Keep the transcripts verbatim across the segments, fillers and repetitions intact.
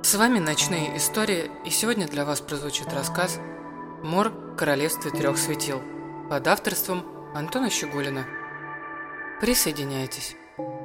С вами «Ночные истории», и сегодня для вас прозвучит рассказ «Мор в королевстве трех светил» под авторством Антона Щегулина. Присоединяйтесь.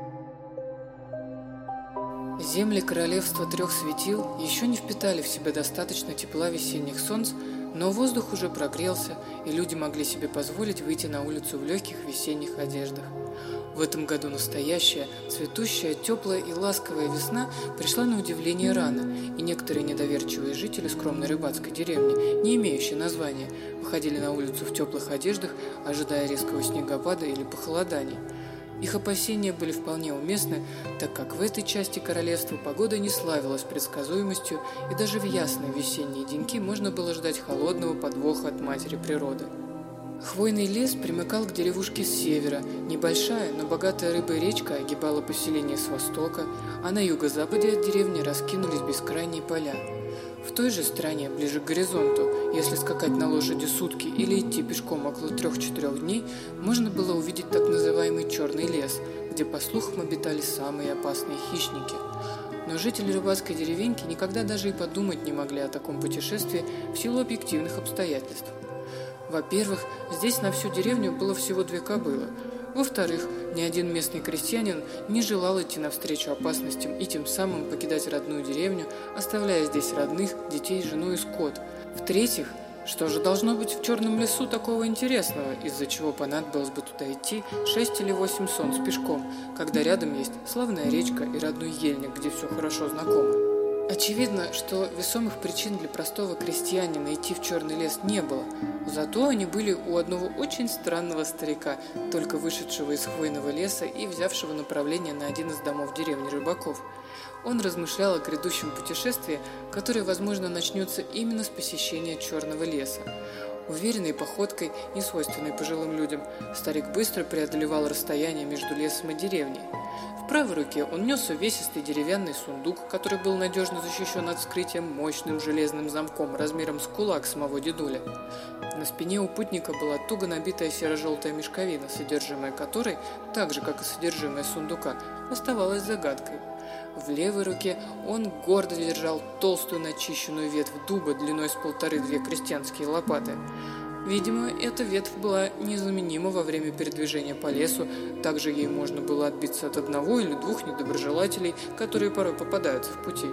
Земли королевства трех светил еще не впитали в себя достаточно тепла весенних солнц, но воздух уже прогрелся, и люди могли себе позволить выйти на улицу в легких весенних одеждах. В этом году настоящая, цветущая, теплая и ласковая весна пришла на удивление рано, и некоторые недоверчивые жители скромной рыбацкой деревни, не имеющие названия, выходили на улицу в теплых одеждах, ожидая резкого снегопада или похолодания. Их опасения были вполне уместны, так как в этой части королевства погода не славилась предсказуемостью, и даже в ясные весенние деньки можно было ждать холодного подвоха от матери природы. Хвойный лес примыкал к деревушке с севера, небольшая, но богатая рыбой речка огибала поселение с востока, а на юго-западе от деревни раскинулись бескрайние поля. В той же стороне, ближе к горизонту, если скакать на лошади сутки или идти пешком около трех-четырех дней, можно было увидеть так называемый Черный лес, где, по слухам, обитали самые опасные хищники. Но жители рыбацкой деревеньки никогда даже и подумать не могли о таком путешествии в силу объективных обстоятельств. Во-первых, здесь на всю деревню было всего две кобылы. Во-вторых, ни один местный крестьянин не желал идти навстречу опасностям и тем самым покидать родную деревню, оставляя здесь родных, детей, жену и скот. В-третьих, что же должно быть в Черном лесу такого интересного, из-за чего понадобилось бы туда идти шесть или восемь солнц пешком, когда рядом есть славная речка и родной ельник, где все хорошо знакомо. Очевидно, что весомых причин для простого крестьянина идти в Черный лес не было, зато они были у одного очень странного старика, только вышедшего из хвойного леса и взявшего направление на один из домов деревни рыбаков. Он размышлял о грядущем путешествии, которое, возможно, начнется именно с посещения Черного леса. Уверенной походкой, несвойственной пожилым людям, старик быстро преодолевал расстояние между лесом и деревней. В правой руке он нес увесистый деревянный сундук, который был надежно защищен от вскрытия мощным железным замком размером с кулак самого дедуля. На спине у путника была туго набитая серо-желтая мешковина, содержимое которой, так же, как и содержимое сундука, оставалось загадкой. В левой руке он гордо держал толстую начищенную ветвь дуба длиной с полторы-две крестьянские лопаты. Видимо, эта ветвь была незаменима во время передвижения по лесу, также ей можно было отбиться от одного или двух недоброжелателей, которые порой попадаются в пути.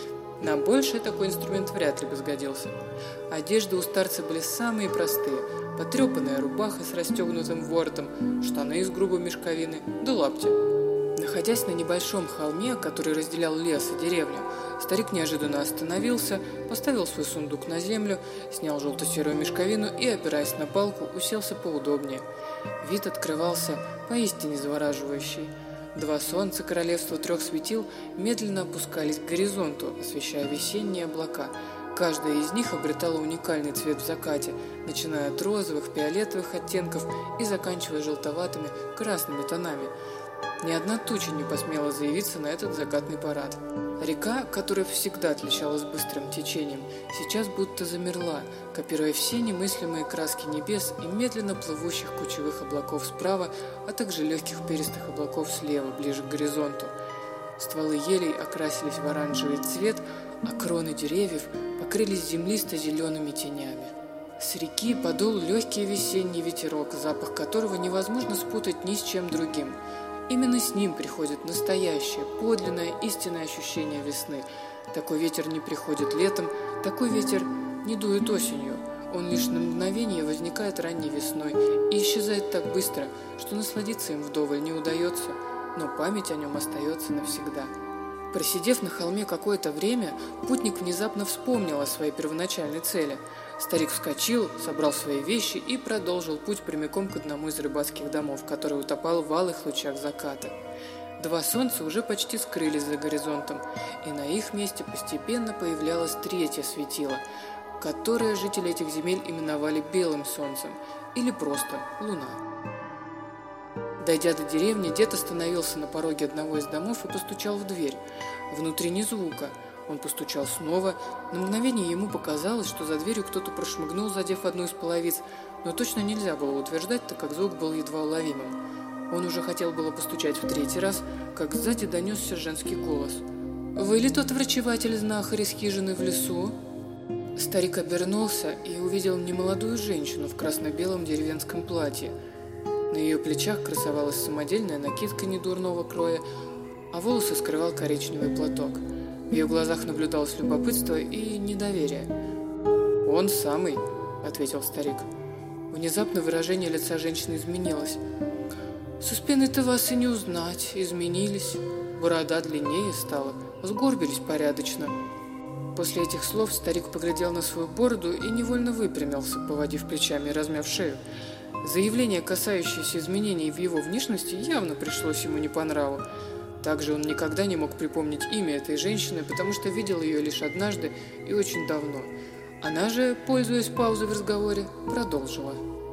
На большее такой инструмент вряд ли бы сгодился. Одежды у старца были самые простые: потрепанная рубаха с расстегнутым воротом, штаны из грубой мешковины, да лапти. Находясь на небольшом холме, который разделял лес и деревню, старик неожиданно остановился, поставил свой сундук на землю, снял желто-серую мешковину и, опираясь на палку, уселся поудобнее. Вид открывался поистине завораживающий. Два солнца королевства трех светил медленно опускались к горизонту, освещая весенние облака. Каждая из них обретала уникальный цвет в закате, начиная от розовых, фиолетовых оттенков и заканчивая желтоватыми, красными тонами. Ни одна туча не посмела заявиться на этот закатный парад. Река, которая всегда отличалась быстрым течением, сейчас будто замерла, копируя все немыслимые краски небес и медленно плывущих кучевых облаков справа, а также легких перистых облаков слева, ближе к горизонту. Стволы елей окрасились в оранжевый цвет, а кроны деревьев покрылись землисто-зелеными тенями. С реки подул легкий весенний ветерок, запах которого невозможно спутать ни с чем другим. Именно с ним приходит настоящее, подлинное, истинное ощущение весны. Такой ветер не приходит летом, такой ветер не дует осенью. Он лишь на мгновение возникает ранней весной и исчезает так быстро, что насладиться им вдоволь не удается, но память о нем остается навсегда. Просидев на холме какое-то время, путник внезапно вспомнил о своей первоначальной цели. Старик вскочил, собрал свои вещи и продолжил путь прямиком к одному из рыбацких домов, который утопал в алых лучах заката. Два солнца уже почти скрылись за горизонтом, и на их месте постепенно появлялось третье светило, которое жители этих земель именовали белым солнцем или просто луна. Дойдя до деревни, дед остановился на пороге одного из домов и постучал в дверь. Внутри ни звука. Он постучал снова. На мгновение ему показалось, что за дверью кто-то прошмыгнул, задев одну из половиц, но точно нельзя было утверждать, так как звук был едва уловимым. Он уже хотел было постучать в третий раз, как сзади донесся женский голос. «Вы ли тот врачеватель-знахарь из хижины в лесу?» Старик обернулся и увидел немолодую женщину в красно-белом деревенском платье. На ее плечах красовалась самодельная накидка недурного кроя, а волосы скрывал коричневый платок. В ее глазах наблюдалось любопытство и недоверие. «Он самый», — ответил старик. Внезапно выражение лица женщины изменилось. «Со спины-то вас и не узнать, изменились. Борода длиннее стала, сгорбились порядочно». После этих слов старик поглядел на свою бороду и невольно выпрямился, поводив плечами и размяв шею. Заявление, касающееся изменений в его внешности, явно пришлось ему не по нраву. Также он никогда не мог припомнить имя этой женщины, потому что видел ее лишь однажды и очень давно. Она же, пользуясь паузой в разговоре, продолжила.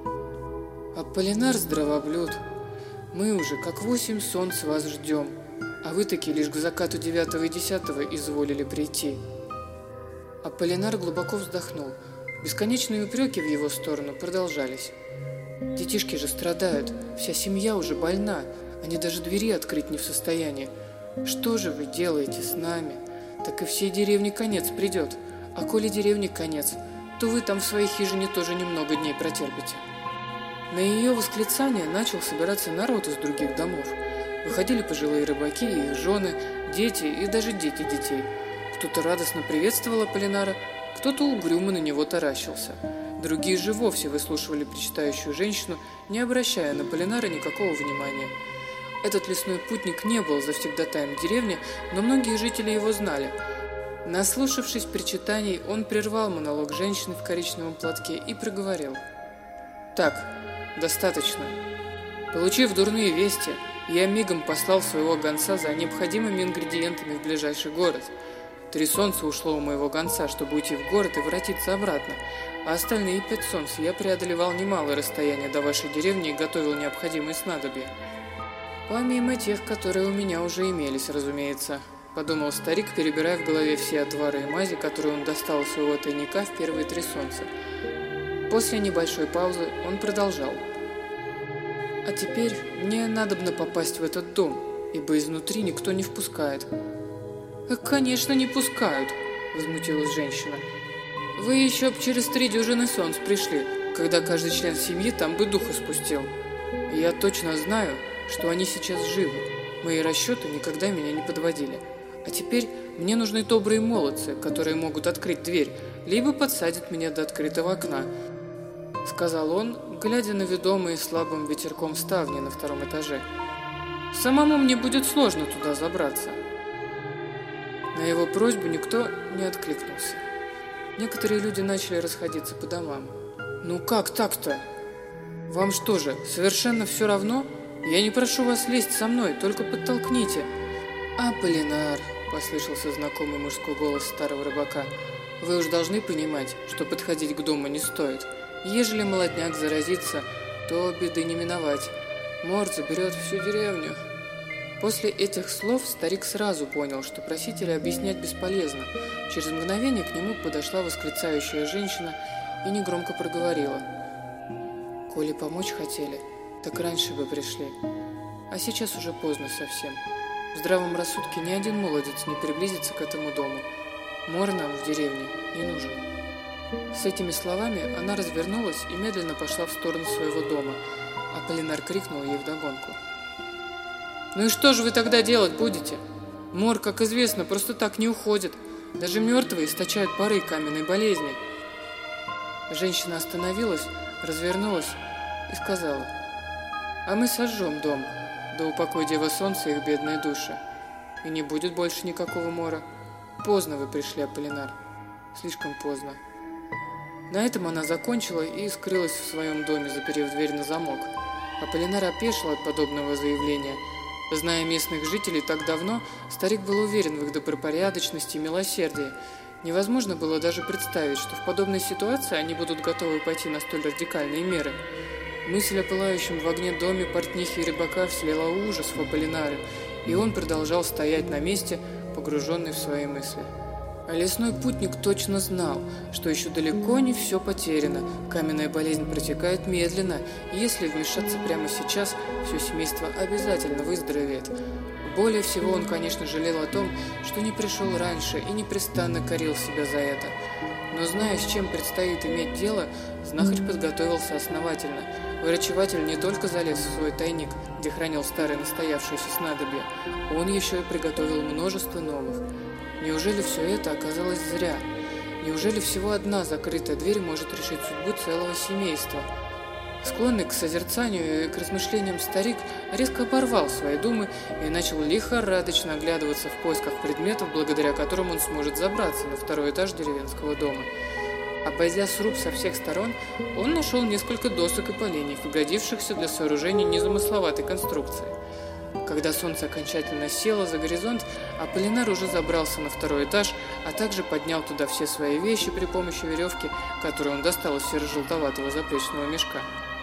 «Аполлинар здравоблюд, мы уже как восемь солнц вас ждем, а вы таки лишь к закату девятого и десятого изволили прийти». Аполлинар глубоко вздохнул. Бесконечные упреки в его сторону продолжались. «Детишки же страдают, вся семья уже больна, они даже двери открыть не в состоянии. Что же вы делаете с нами? Так и всей деревне конец придет. А коли деревне конец, то вы там в своей хижине тоже немного дней протерпите». На ее восклицание начал собираться народ из других домов. Выходили пожилые рыбаки и их жены, дети и даже дети детей. Кто-то радостно приветствовал Аполлинара, кто-то угрюмо на него таращился. Другие же вовсе выслушивали причитающую женщину, не обращая на Аполлинара никакого внимания. Этот лесной путник не был завсегдатаем деревни, но многие жители его знали. Наслушавшись причитаний, он прервал монолог женщины в коричневом платке и проговорил. «Так, достаточно. Получив дурные вести, я мигом послал своего гонца за необходимыми ингредиентами в ближайший город. Три солнца ушло у моего гонца, чтобы уйти в город и воротиться обратно, а остальные пять солнц я преодолевал немалое расстояние до вашей деревни и готовил необходимые снадобья. Помимо тех, которые у меня уже имелись, разумеется», — подумал старик, перебирая в голове все отвары и мази, которые он достал из своего тайника в первые три солнца. После небольшой паузы он продолжал. «А теперь мне надобно попасть в этот дом, ибо изнутри никто не впускает». «Конечно, не пускают», — возмутилась женщина. «Вы еще б через три дюжины солнц пришли, когда каждый член семьи там бы дух испустил. И я точно знаю, что они сейчас живы. Мои расчеты никогда меня не подводили. А теперь мне нужны добрые молодцы, которые могут открыть дверь, либо подсадят меня до открытого окна», — сказал он, глядя на ведомые слабым ветерком ставни на втором этаже. «Самому мне будет сложно туда забраться». На его просьбу никто не откликнулся. Некоторые люди начали расходиться по домам. «Ну как так-то? Вам что же, совершенно все равно? Я не прошу вас лезть со мной, только подтолкните». «Аполлинар», — послышался знакомый мужской голос старого рыбака, — «вы уж должны понимать, что подходить к дому не стоит. Ежели молодняк заразится, то беды не миновать. Мор заберет всю деревню». После этих слов старик сразу понял, что просителя объяснять бесполезно. Через мгновение к нему подошла восклицающая женщина и негромко проговорила. «Коли помочь хотели, так раньше бы пришли. А сейчас уже поздно совсем. В здравом рассудке ни один молодец не приблизится к этому дому. Мор нам в деревне не нужен». С этими словами она развернулась и медленно пошла в сторону своего дома. Аполлинар крикнул ей вдогонку. «Ну и что же вы тогда делать будете? Мор, как известно, просто так не уходит. Даже мертвые источают пары каменной болезни». Женщина остановилась, развернулась и сказала. «А мы сожжем дом, да упокой Дева Солнца их бедные души. И не будет больше никакого мора. Поздно вы пришли, Аполлинар. Слишком поздно». На этом она закончила и скрылась в своем доме, заперев дверь на замок. Аполлинар опешил от подобного заявления. Зная местных жителей так давно, старик был уверен в их добропорядочности и милосердии. Невозможно было даже представить, что в подобной ситуации они будут готовы пойти на столь радикальные меры. Мысль о пылающем в огне доме портнихи и рыбака вселила ужас в Аполлинара, и он продолжал стоять на месте, погруженный в свои мысли. А лесной путник точно знал, что еще далеко не все потеряно. Каменная болезнь протекает медленно, и если вмешаться прямо сейчас, все семейство обязательно выздоровеет. Более всего он, конечно, жалел о том, что не пришел раньше и непрестанно корил себя за это. Но зная, с чем предстоит иметь дело, знахарь подготовился основательно. Врачеватель не только залез в свой тайник, где хранил старые настоявшиеся снадобья, он еще и приготовил множество новых. Неужели все это оказалось зря? Неужели всего одна закрытая дверь может решить судьбу целого семейства? Склонный к созерцанию и к размышлениям старик резко оборвал свои думы и начал лихорадочно оглядываться в поисках предметов, благодаря которым он сможет забраться на второй этаж деревенского дома. Обойдя сруб со всех сторон, он нашел несколько досок и поленьев, годившихся для сооружения незамысловатой конструкции. Когда солнце окончательно село за горизонт, Аполлинар уже забрался на второй этаж, а также поднял туда все свои вещи при помощи веревки, которую он достал из серо-желтоватого заплечного мешка.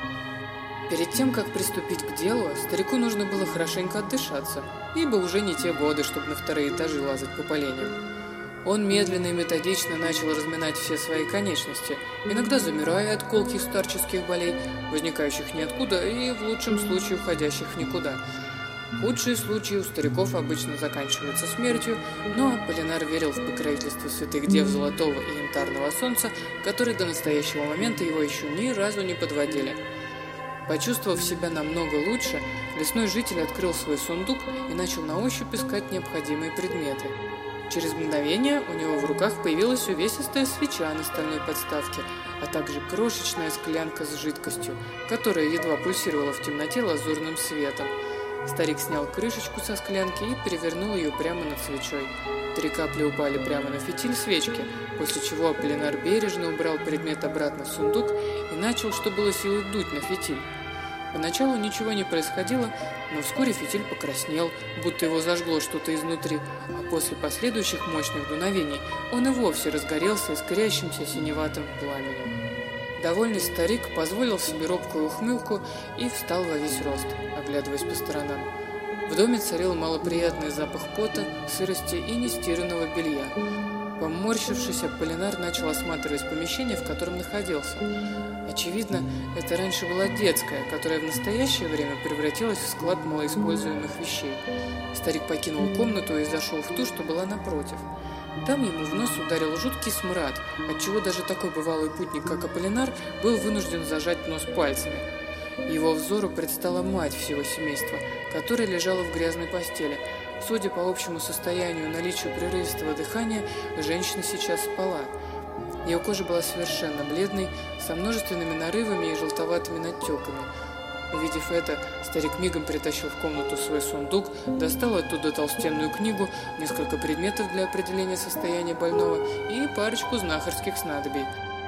Перед тем, как приступить к делу, старику нужно было хорошенько отдышаться, ибо уже не те годы, чтобы на вторые этажи лазать по поленьям. Он медленно и методично начал разминать все свои конечности, иногда замирая от колких старческих болей, возникающих ниоткуда и, в лучшем случае, уходящих в никуда. Худшие случаи у стариков обычно заканчиваются смертью, но Аполлинар верил в покровительство святых дев Золотого и Янтарного Солнца, которые до настоящего момента его еще ни разу не подводили. Почувствовав себя намного лучше, лесной житель открыл свой сундук и начал на ощупь искать необходимые предметы. Через мгновение у него в руках появилась увесистая свеча на стальной подставке, а также крошечная склянка с жидкостью, которая едва пульсировала в темноте лазурным светом. Старик снял крышечку со склянки и перевернул ее прямо над свечой. Три капли упали прямо на фитиль свечки, после чего Аполлинар бережно убрал предмет обратно в сундук и начал, что было силы, дуть на фитиль. Поначалу ничего не происходило, но вскоре фитиль покраснел, будто его зажгло что-то изнутри, а после последующих мощных дуновений он и вовсе разгорелся искрящимся синеватым пламенем. Довольный старик позволил себе робкую ухмылку и встал во весь рост, оглядываясь по сторонам. В доме царил малоприятный запах пота, сырости и нестиранного белья. Поморщившись, Аполлинар начал осматривать помещение, в котором находился. Очевидно, это раньше была детская, которая в настоящее время превратилась в склад малоиспользуемых вещей. Старик покинул комнату и зашел в ту, что была напротив. Там ему в нос ударил жуткий смрад, отчего даже такой бывалый путник, как Аполлинар, был вынужден зажать нос пальцами. Его взору предстала мать всего семейства, которая лежала в грязной постели. Судя по общему состоянию и наличию прерывистого дыхания, женщина сейчас спала. Ее кожа была совершенно бледной, со множественными нарывами и желтоватыми натеками. Увидев это, старик мигом притащил в комнату свой сундук, достал оттуда толстенную книгу, несколько предметов для определения состояния больного и парочку знахарских снадобий.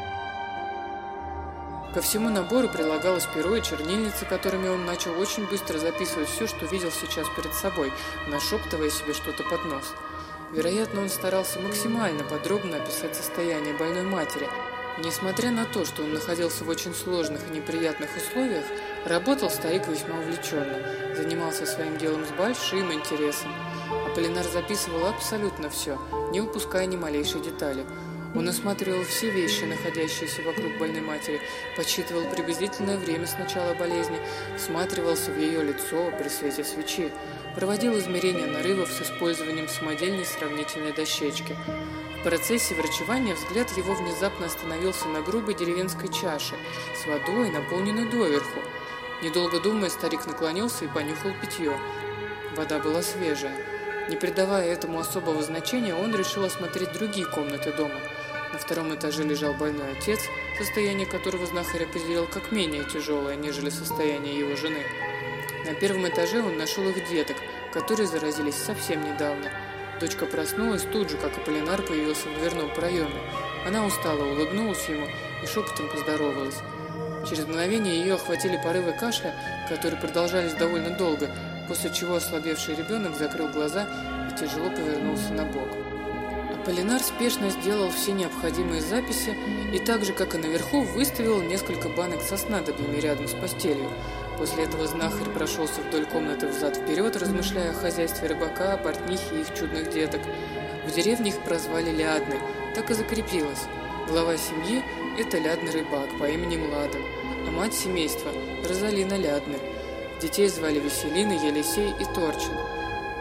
Ко всему набору прилагалось перо и чернильница, которыми он начал очень быстро записывать все, что видел сейчас перед собой, нашептывая себе что-то под нос. Вероятно, он старался максимально подробно описать состояние больной матери. Несмотря на то, что он находился в очень сложных и неприятных условиях, работал старик весьма увлеченно, занимался своим делом с большим интересом. Аполлинар записывал абсолютно все, не упуская ни малейшей детали. Он осматривал все вещи, находящиеся вокруг больной матери, подсчитывал приблизительное время с начала болезни, всматривался в ее лицо при свете свечи, проводил измерения нарывов с использованием самодельной сравнительной дощечки. В процессе врачевания взгляд его внезапно остановился на грубой деревенской чаше с водой, наполненной доверху. Недолго думая, старик наклонился и понюхал питье. Вода была свежая. Не придавая этому особого значения, он решил осмотреть другие комнаты дома. На втором этаже лежал больной отец, состояние которого знахарь определил как менее тяжелое, нежели состояние его жены. На первом этаже он нашел их деток, которые заразились совсем недавно. Дочка проснулась тут же, как Аполлинар появился в дверном проеме. Она устало улыбнулась ему и шепотом поздоровалась. Через мгновение ее охватили порывы кашля, которые продолжались довольно долго, после чего ослабевший ребенок закрыл глаза и тяжело повернулся на бок. Аполлинар спешно сделал все необходимые записи и так же, как и наверху, выставил несколько банок со снадобьями рядом с постелью. После этого знахарь прошелся вдоль комнаты взад-вперед, размышляя о хозяйстве рыбака, портнихи и их чудных деток. В деревне их прозвали Лядны, так и закрепилось. Глава семьи – это Лядный рыбак по имени Младен, а мать семейства – Розалина Лядны. Детей звали Веселина, Елисей и Торчин.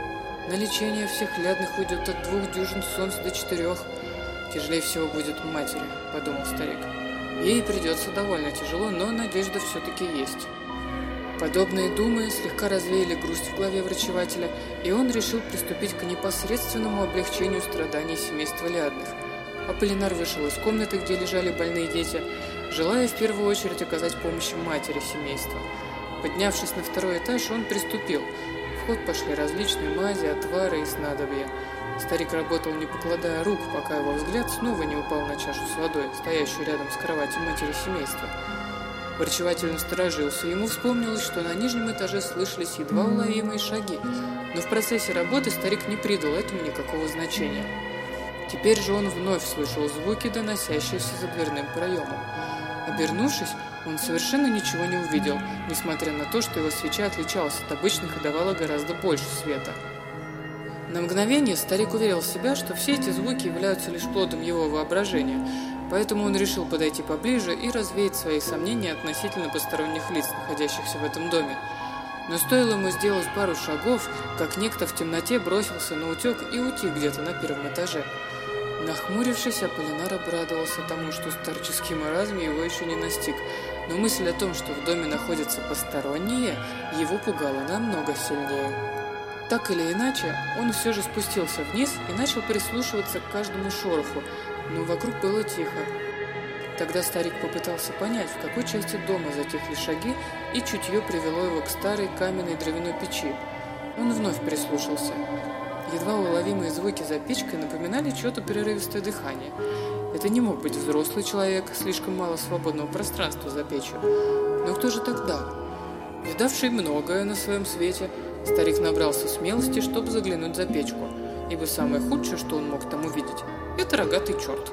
На лечение всех лядных уйдет от двух дюжин солнц до четырех. Тяжелее всего будет матери, подумал старик. Ей придется довольно тяжело, но надежда все-таки есть. Подобные думы слегка развеяли грусть в голове врачевателя, и он решил приступить к непосредственному облегчению страданий семейства Лядных. Аполлинар вышел из комнаты, где лежали больные дети, желая в первую очередь оказать помощь матери семейства. Поднявшись на второй этаж, он приступил. В ход пошли различные мази, отвары и снадобья. Старик работал, не покладая рук, пока его взгляд снова не упал на чашу с водой, стоящую рядом с кроватью матери семейства. Врачеватель насторожился, ему вспомнилось, что на нижнем этаже слышались едва уловимые шаги, но в процессе работы старик не придал этому никакого значения. Теперь же он вновь слышал звуки, доносящиеся за дверным проемом. Обернувшись, он совершенно ничего не увидел, несмотря на то, что его свеча отличалась от обычных и давала гораздо больше света. На мгновение старик уверил себя, что все эти звуки являются лишь плодом его воображения, поэтому он решил подойти поближе и развеять свои сомнения относительно посторонних лиц, находящихся в этом доме. Но стоило ему сделать пару шагов, как некто в темноте бросился на утек и утих где-то на первом этаже. Нахмурившись, Аполлинар обрадовался тому, что старческий маразм его еще не настиг, но мысль о том, что в доме находятся посторонние, его пугала намного сильнее. Так или иначе, он все же спустился вниз и начал прислушиваться к каждому шороху, но вокруг было тихо. Тогда старик попытался понять, в какой части дома затихли шаги, и чутье привело его к старой каменной дровяной печи. Он вновь прислушался. Едва уловимые звуки за печкой напоминали чье-то прерывистое дыхание. Это не мог быть взрослый человек, слишком мало свободного пространства за печью. Но кто же тогда? Видавший многое на своем свете, старик набрался смелости, чтобы заглянуть за печку, ибо самое худшее, что он мог там увидеть, это рогатый черт.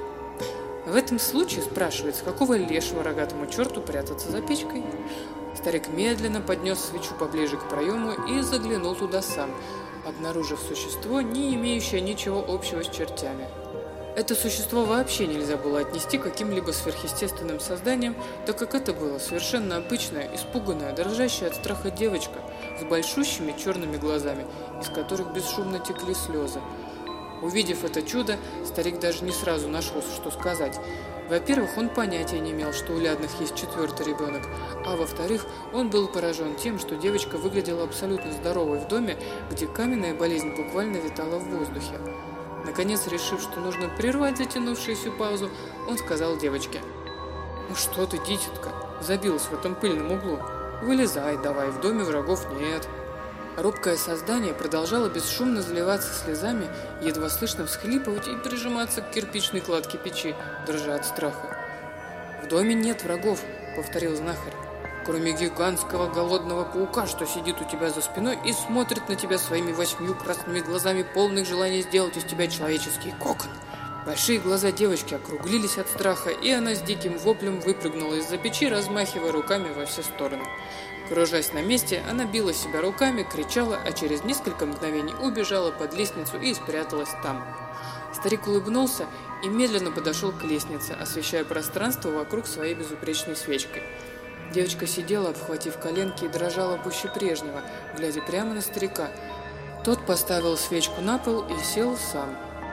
В этом случае спрашивается, какого лешего рогатому черту прятаться за печкой? Старик медленно поднес свечу поближе к проему и заглянул туда сам, обнаружив существо, не имеющее ничего общего с чертями. Это существо вообще нельзя было отнести к каким-либо сверхъестественным созданиям, так как это было совершенно обычная, испуганная, дрожащая от страха девочка с большущими черными глазами, из которых бесшумно текли слезы. Увидев это чудо, старик даже не сразу нашелся, что сказать. Во-первых, он понятия не имел, что у Лядных есть четвертый ребенок, а во-вторых, он был поражен тем, что девочка выглядела абсолютно здоровой в доме, где каменная болезнь буквально витала в воздухе. Наконец, решив, что нужно прервать затянувшуюся паузу, он сказал девочке: «Ну что ты, дитятка, забилась в этом пыльном углу? Вылезай давай, в доме врагов нет». Робкое создание продолжало бесшумно заливаться слезами, едва слышно всхлипывать и прижиматься к кирпичной кладке печи, дрожа от страха. «В доме нет врагов», — повторил знахарь, «кроме гигантского голодного паука, что сидит у тебя за спиной и смотрит на тебя своими восьмью красными глазами, полных желания сделать из тебя человеческий кокон». Большие глаза девочки округлились от страха, и она с диким воплем выпрыгнула из-за печи, размахивая руками во все стороны. Кружась на месте, она била себя руками, кричала, а через несколько мгновений убежала под лестницу и спряталась там. Старик улыбнулся и медленно подошел к лестнице, освещая пространство вокруг своей безупречной свечкой. Девочка сидела, обхватив коленки, и дрожала пуще прежнего, глядя прямо на старика. Тот поставил свечку на пол и сел сам.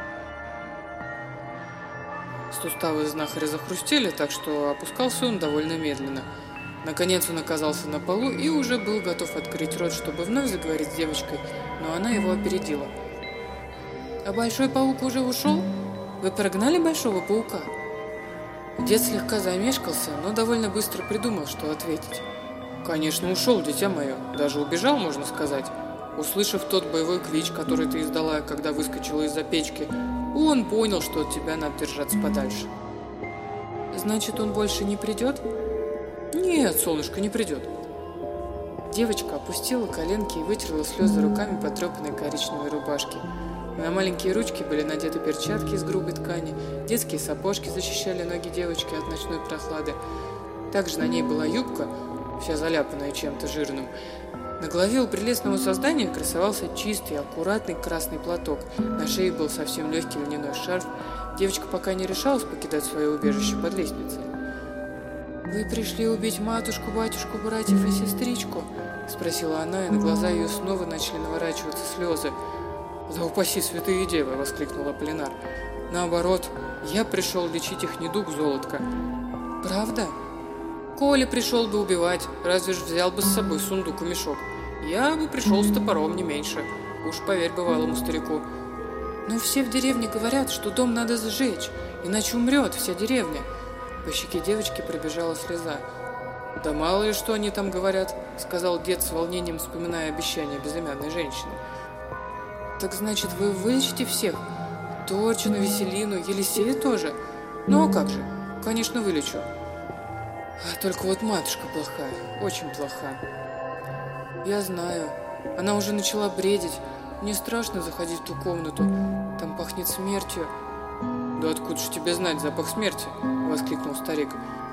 Суставы знахаря захрустели, так что опускался он довольно медленно. Наконец он оказался на полу и уже был готов открыть рот, чтобы вновь заговорить с девочкой, но она его опередила. «А большой паук уже ушел? Вы прогнали большого паука?» Дед слегка замешкался, но довольно быстро придумал, что ответить. «Конечно, ушел, дитя мое, даже убежал, можно сказать. Услышав тот боевой клич, который ты издала, когда выскочила из-за печки, он понял, что от тебя надо держаться подальше». «Значит, он больше не придет?» «Нет, солнышко, не придет». Девочка опустила коленки и вытерла слезы руками потрепанной коричневой рубашки. На маленькие ручки были надеты перчатки из грубой ткани, детские сапожки защищали ноги девочки от ночной прохлады. Также на ней была юбка, вся заляпанная чем-то жирным. На голове у прелестного создания красовался чистый, аккуратный красный платок. На шее был совсем легкий льняной шарф. Девочка пока не решалась покидать свое убежище под лестницей. «Вы пришли убить матушку, батюшку, братьев и сестричку?» — спросила она, и на глаза ее снова начали наворачиваться слезы. «Да упаси святые девы!» – воскликнул Аполлинар. «Наоборот, я пришел лечить их недуг, золотко». «Правда?» «Коли пришел бы убивать, разве ж взял бы с собой сундук и мешок? Я бы пришел с топором не меньше, уж поверь бывалому старику». «Но все в деревне говорят, что дом надо сжечь, иначе умрет вся деревня». По щеке девочки пробежала слеза. «Да мало ли, что они там говорят», — сказал дед с волнением, вспоминая обещание безымянной женщины. «Так значит, вы вылечите всех? Торчину, Веселину, Елисея тоже? Ну а как же? Конечно, вылечу. Только вот матушка плохая, очень плохая». «Я знаю. Она уже начала бредить. Мне страшно заходить в ту комнату. Там пахнет смертью». «Да откуда ж тебе знать запах смерти?» — воскликнул старик.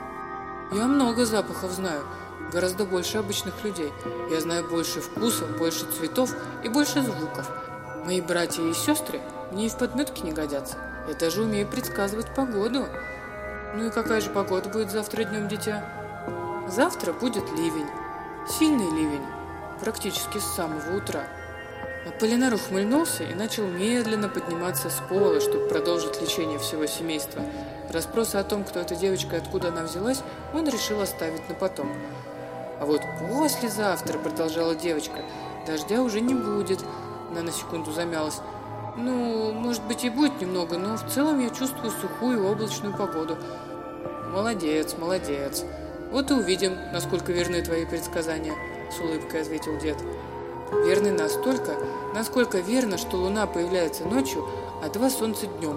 «Я много запахов знаю, гораздо больше обычных людей. Я знаю больше вкусов, больше цветов и больше звуков. Мои братья и сестры мне и в подметке не годятся. Я даже умею предсказывать погоду». «Ну и какая же погода будет завтра днем, дитя?» «Завтра будет ливень. Сильный ливень. Практически с самого утра». Аполлинар ухмыльнулся и начал медленно подниматься с пола, чтобы продолжить лечение всего семейства. Расспросы о том, кто эта девочка и откуда она взялась, он решил оставить на потом. «А вот послезавтра, — продолжала девочка, — дождя уже не будет». Она на секунду замялась. «Ну, может быть, и будет немного, но в целом я чувствую сухую облачную погоду». «Молодец, молодец. Вот и увидим, насколько верны твои предсказания», — с улыбкой ответил дед. «Верны настолько, насколько верно, что луна появляется ночью, а два солнца днем».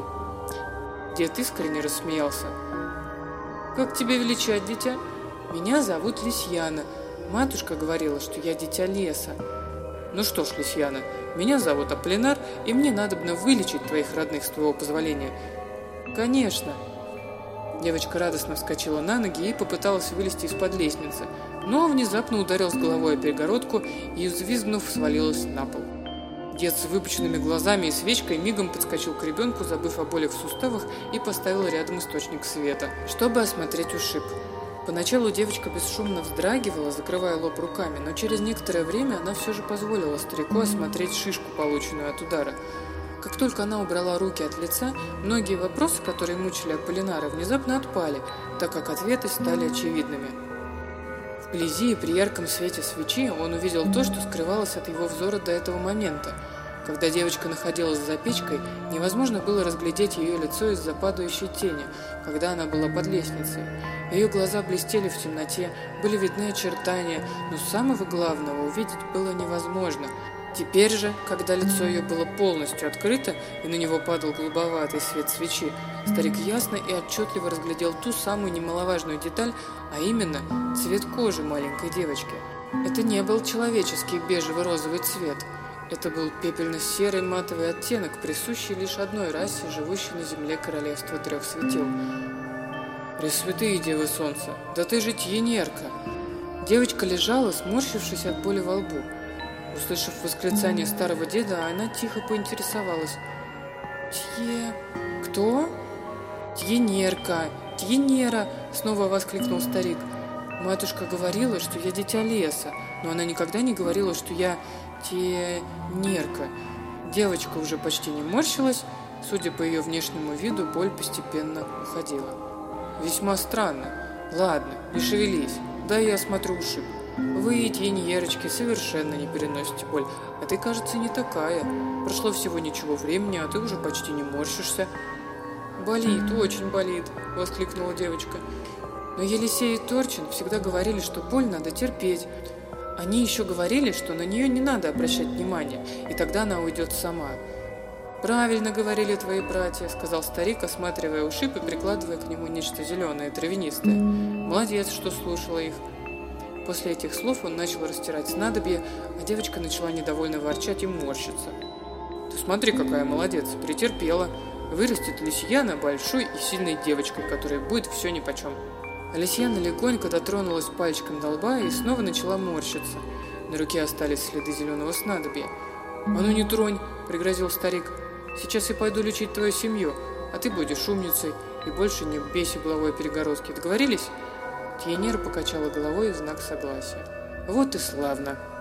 Дед искренне рассмеялся. «Как тебя величать, дитя?» «Меня зовут Лисьяна. Матушка говорила, что я дитя леса». «Ну что ж, Лисьяна, меня зовут Аполлинар, и мне надобно вылечить твоих родных с твоего позволения». «Конечно». Девочка радостно вскочила на ноги и попыталась вылезти из-под лестницы, но внезапно ударилась головой о перегородку и, взвизгнув, свалилась на пол. Дед с выпученными глазами и свечкой мигом подскочил к ребенку, забыв о болях в суставах, и поставил рядом источник света, чтобы осмотреть ушиб. Поначалу девочка бесшумно вздрагивала, закрывая лоб руками, но через некоторое время она все же позволила старику осмотреть шишку, полученную от удара. Как только она убрала руки от лица, многие вопросы, которые мучили Аполлинара, внезапно отпали, так как ответы стали очевидными. Вблизи и при ярком свете свечи он увидел то, что скрывалось от его взора до этого момента. Когда девочка находилась за печкой, невозможно было разглядеть ее лицо из-за падающей тени, когда она была под лестницей. Ее глаза блестели в темноте, были видны очертания, но самого главного увидеть было невозможно. Теперь же, когда лицо ее было полностью открыто и на него падал голубоватый свет свечи, старик ясно и отчетливо разглядел ту самую немаловажную деталь, а именно цвет кожи маленькой девочки. Это не был человеческий бежево-розовый цвет. Это был пепельно-серый матовый оттенок, присущий лишь одной расе, живущей на земле королевства трех светил. «Пресвятые девы солнца, да ты же Тьенерка!» Девочка лежала, сморщившись от боли во лбу. Услышав восклицание старого деда, она тихо поинтересовалась. «Тье... кто?» «Тьенерка! Тьенера!» — снова воскликнул старик. «Матушка говорила, что я дитя леса, но она никогда не говорила, что я Тьенерка». Девочка уже почти не морщилась, судя по ее внешнему виду, боль постепенно уходила. «Весьма странно. Ладно, не шевелись, дай я осмотрю ушиб. Вы, Тьенерочки, совершенно не переносите боль, а ты, кажется, не такая. Прошло всего ничего времени, а ты уже почти не морщишься». «Болит, очень болит», — воскликнула девочка. «Но Елисей и Торчин всегда говорили, что боль надо терпеть. Они еще говорили, что на нее не надо обращать внимания, и тогда она уйдет сама». «Правильно говорили твои братья», — сказал старик, осматривая ушиб и прикладывая к нему нечто зеленое, травянистое. «Молодец, что слушала их». После этих слов он начал растирать снадобье, а девочка начала недовольно ворчать и морщиться. «Ты смотри, какая молодец, претерпела. Вырастет Лисьяна большой и сильной девочкой, которой будет все нипочем». Лисьяна легонько дотронулась пальчиком до лба и снова начала морщиться. На руке остались следы зеленого снадобья. «А ну не тронь!» — пригрозил старик. «Сейчас я пойду лечить твою семью, а ты будешь умницей и больше не бейся головой о перегородке. Договорились?» Тьенера покачала головой в знак согласия. «Вот и славно!»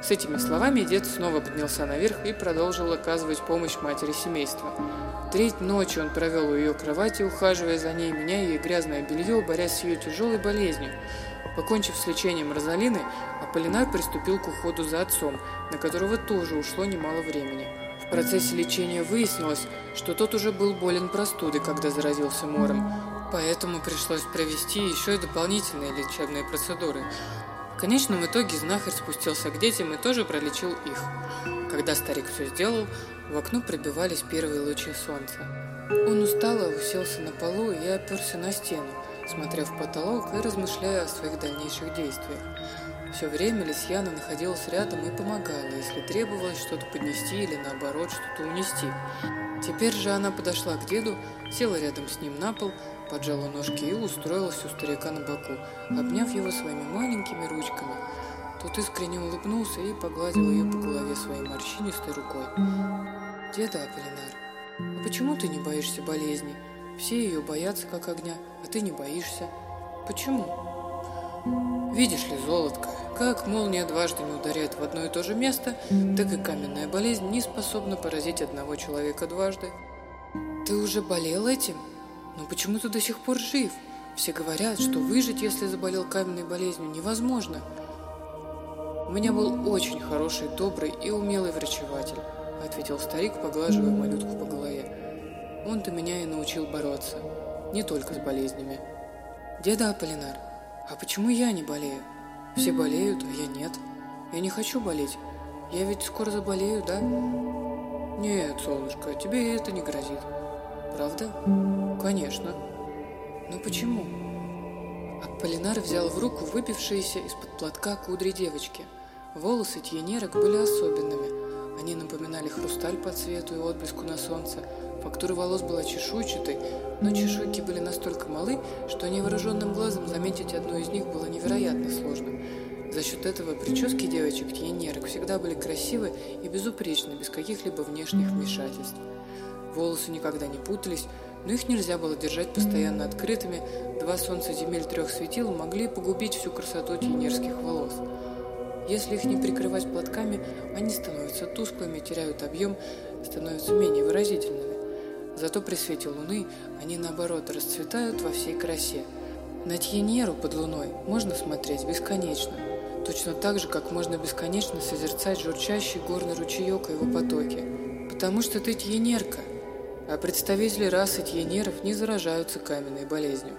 С этими словами дед снова поднялся наверх и продолжил оказывать помощь матери семейства. Треть ночи он провел у ее кровати, ухаживая за ней, меняя ей грязное белье, борясь с ее тяжелой болезнью. Покончив с лечением Розалины, Аполлинар приступил к уходу за отцом, на которого тоже ушло немало времени. В процессе лечения выяснилось, что тот уже был болен простудой, когда заразился мором, поэтому пришлось провести еще и дополнительные лечебные процедуры. В конечном итоге знахарь спустился к детям и тоже пролечил их. Когда старик все сделал, в окно пробивались первые лучи солнца. Он устало уселся на полу и оперся на стену, смотря в потолок и размышляя о своих дальнейших действиях. Все время Лисьяна находилась рядом и помогала, если требовалось что-то поднести или, наоборот, что-то унести. Теперь же она подошла к деду, села рядом с ним на пол, поджала ножки и устроилась у старика на боку, обняв его своими маленькими ручками. Тот искренне улыбнулся и погладил ее по голове своей морщинистой рукой. «Деда Аполлинар, а почему ты не боишься болезни? Все ее боятся, как огня, а ты не боишься. Почему?» «Видишь ли, золотко, как молния дважды не ударяет в одно и то же место, так и каменная болезнь не способна поразить одного человека дважды». «Ты уже болел этим? Но почему ты до сих пор жив? Все говорят, что выжить, если заболел каменной болезнью, невозможно». «У меня был очень хороший, добрый и умелый врачеватель», — ответил старик, поглаживая малютку по голове. «Он-то меня и научил бороться, не только с болезнями». «Деда Аполлинар, а почему я не болею? Все болеют, а я нет. Я не хочу болеть. Я ведь скоро заболею, да?» «Нет, солнышко, тебе это не грозит». «Правда?» «Конечно». «Но почему?» Аполлинар взял в руку выбившиеся из-под платка кудри девочки. Волосы тьенерок были особенными. Они напоминали хрусталь по цвету и отблеску на солнце. Фактура волос была чешуйчатой, но чешуйки были настолько малы, что невооруженным глазом заметить одну из них было невероятно сложно. За счет этого прически девочек тьенерок всегда были красивы и безупречны, без каких-либо внешних вмешательств. Волосы никогда не путались, но их нельзя было держать постоянно открытыми. Два солнца земель трех светил могли погубить всю красоту тьенерских волос. Если их не прикрывать платками, они становятся тусклыми, теряют объем, становятся менее выразительными. Зато при свете луны они, наоборот, расцветают во всей красе. На тьенеру под луной можно смотреть бесконечно, точно так же, как можно бесконечно созерцать журчащий горный ручеек и его потоки. Потому что ты тьенерка, а представители расы тьенеров не заражаются каменной болезнью.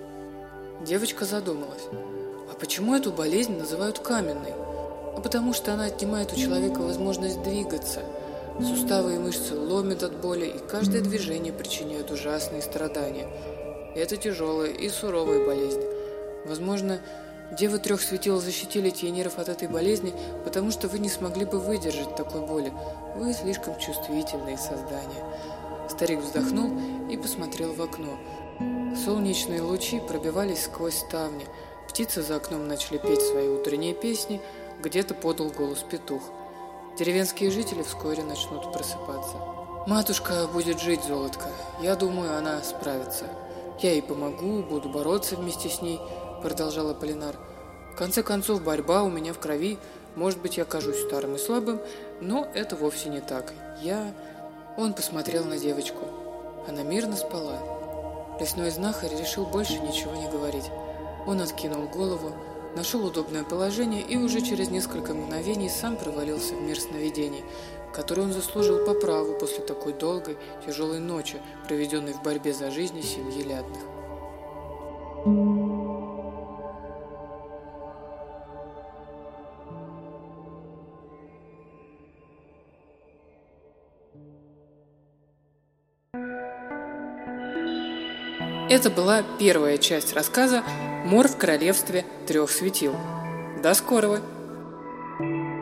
Девочка задумалась. А почему эту болезнь называют каменной? А потому что она отнимает у человека возможность двигаться. Суставы и мышцы ломят от боли, и каждое движение причиняет ужасные страдания. Это тяжелая и суровая болезнь. Возможно, девы трех светил защитили тьенеров от этой болезни, потому что вы не смогли бы выдержать такой боли. Вы слишком чувствительные создания. Старик вздохнул и посмотрел в окно. Солнечные лучи пробивались сквозь ставни. Птицы за окном начали петь свои утренние песни, где-то подал голос петух. Деревенские жители вскоре начнут просыпаться. «Матушка будет жить, золотко. Я думаю, она справится. Я ей помогу, буду бороться вместе с ней», — продолжал Аполлинар. «В конце концов, борьба у меня в крови. Может быть, я кажусь старым и слабым, но это вовсе не так. Я...» Он посмотрел на девочку. Она мирно спала. Лесной знахарь решил больше ничего не говорить. Он откинул голову, нашел удобное положение и уже через несколько мгновений сам провалился в мир сновидений, который он заслужил по праву после такой долгой, тяжелой ночи, проведенной в борьбе за жизнь семьи Лядных. Это была первая часть рассказа «Мор в королевстве трех светил». До скорого!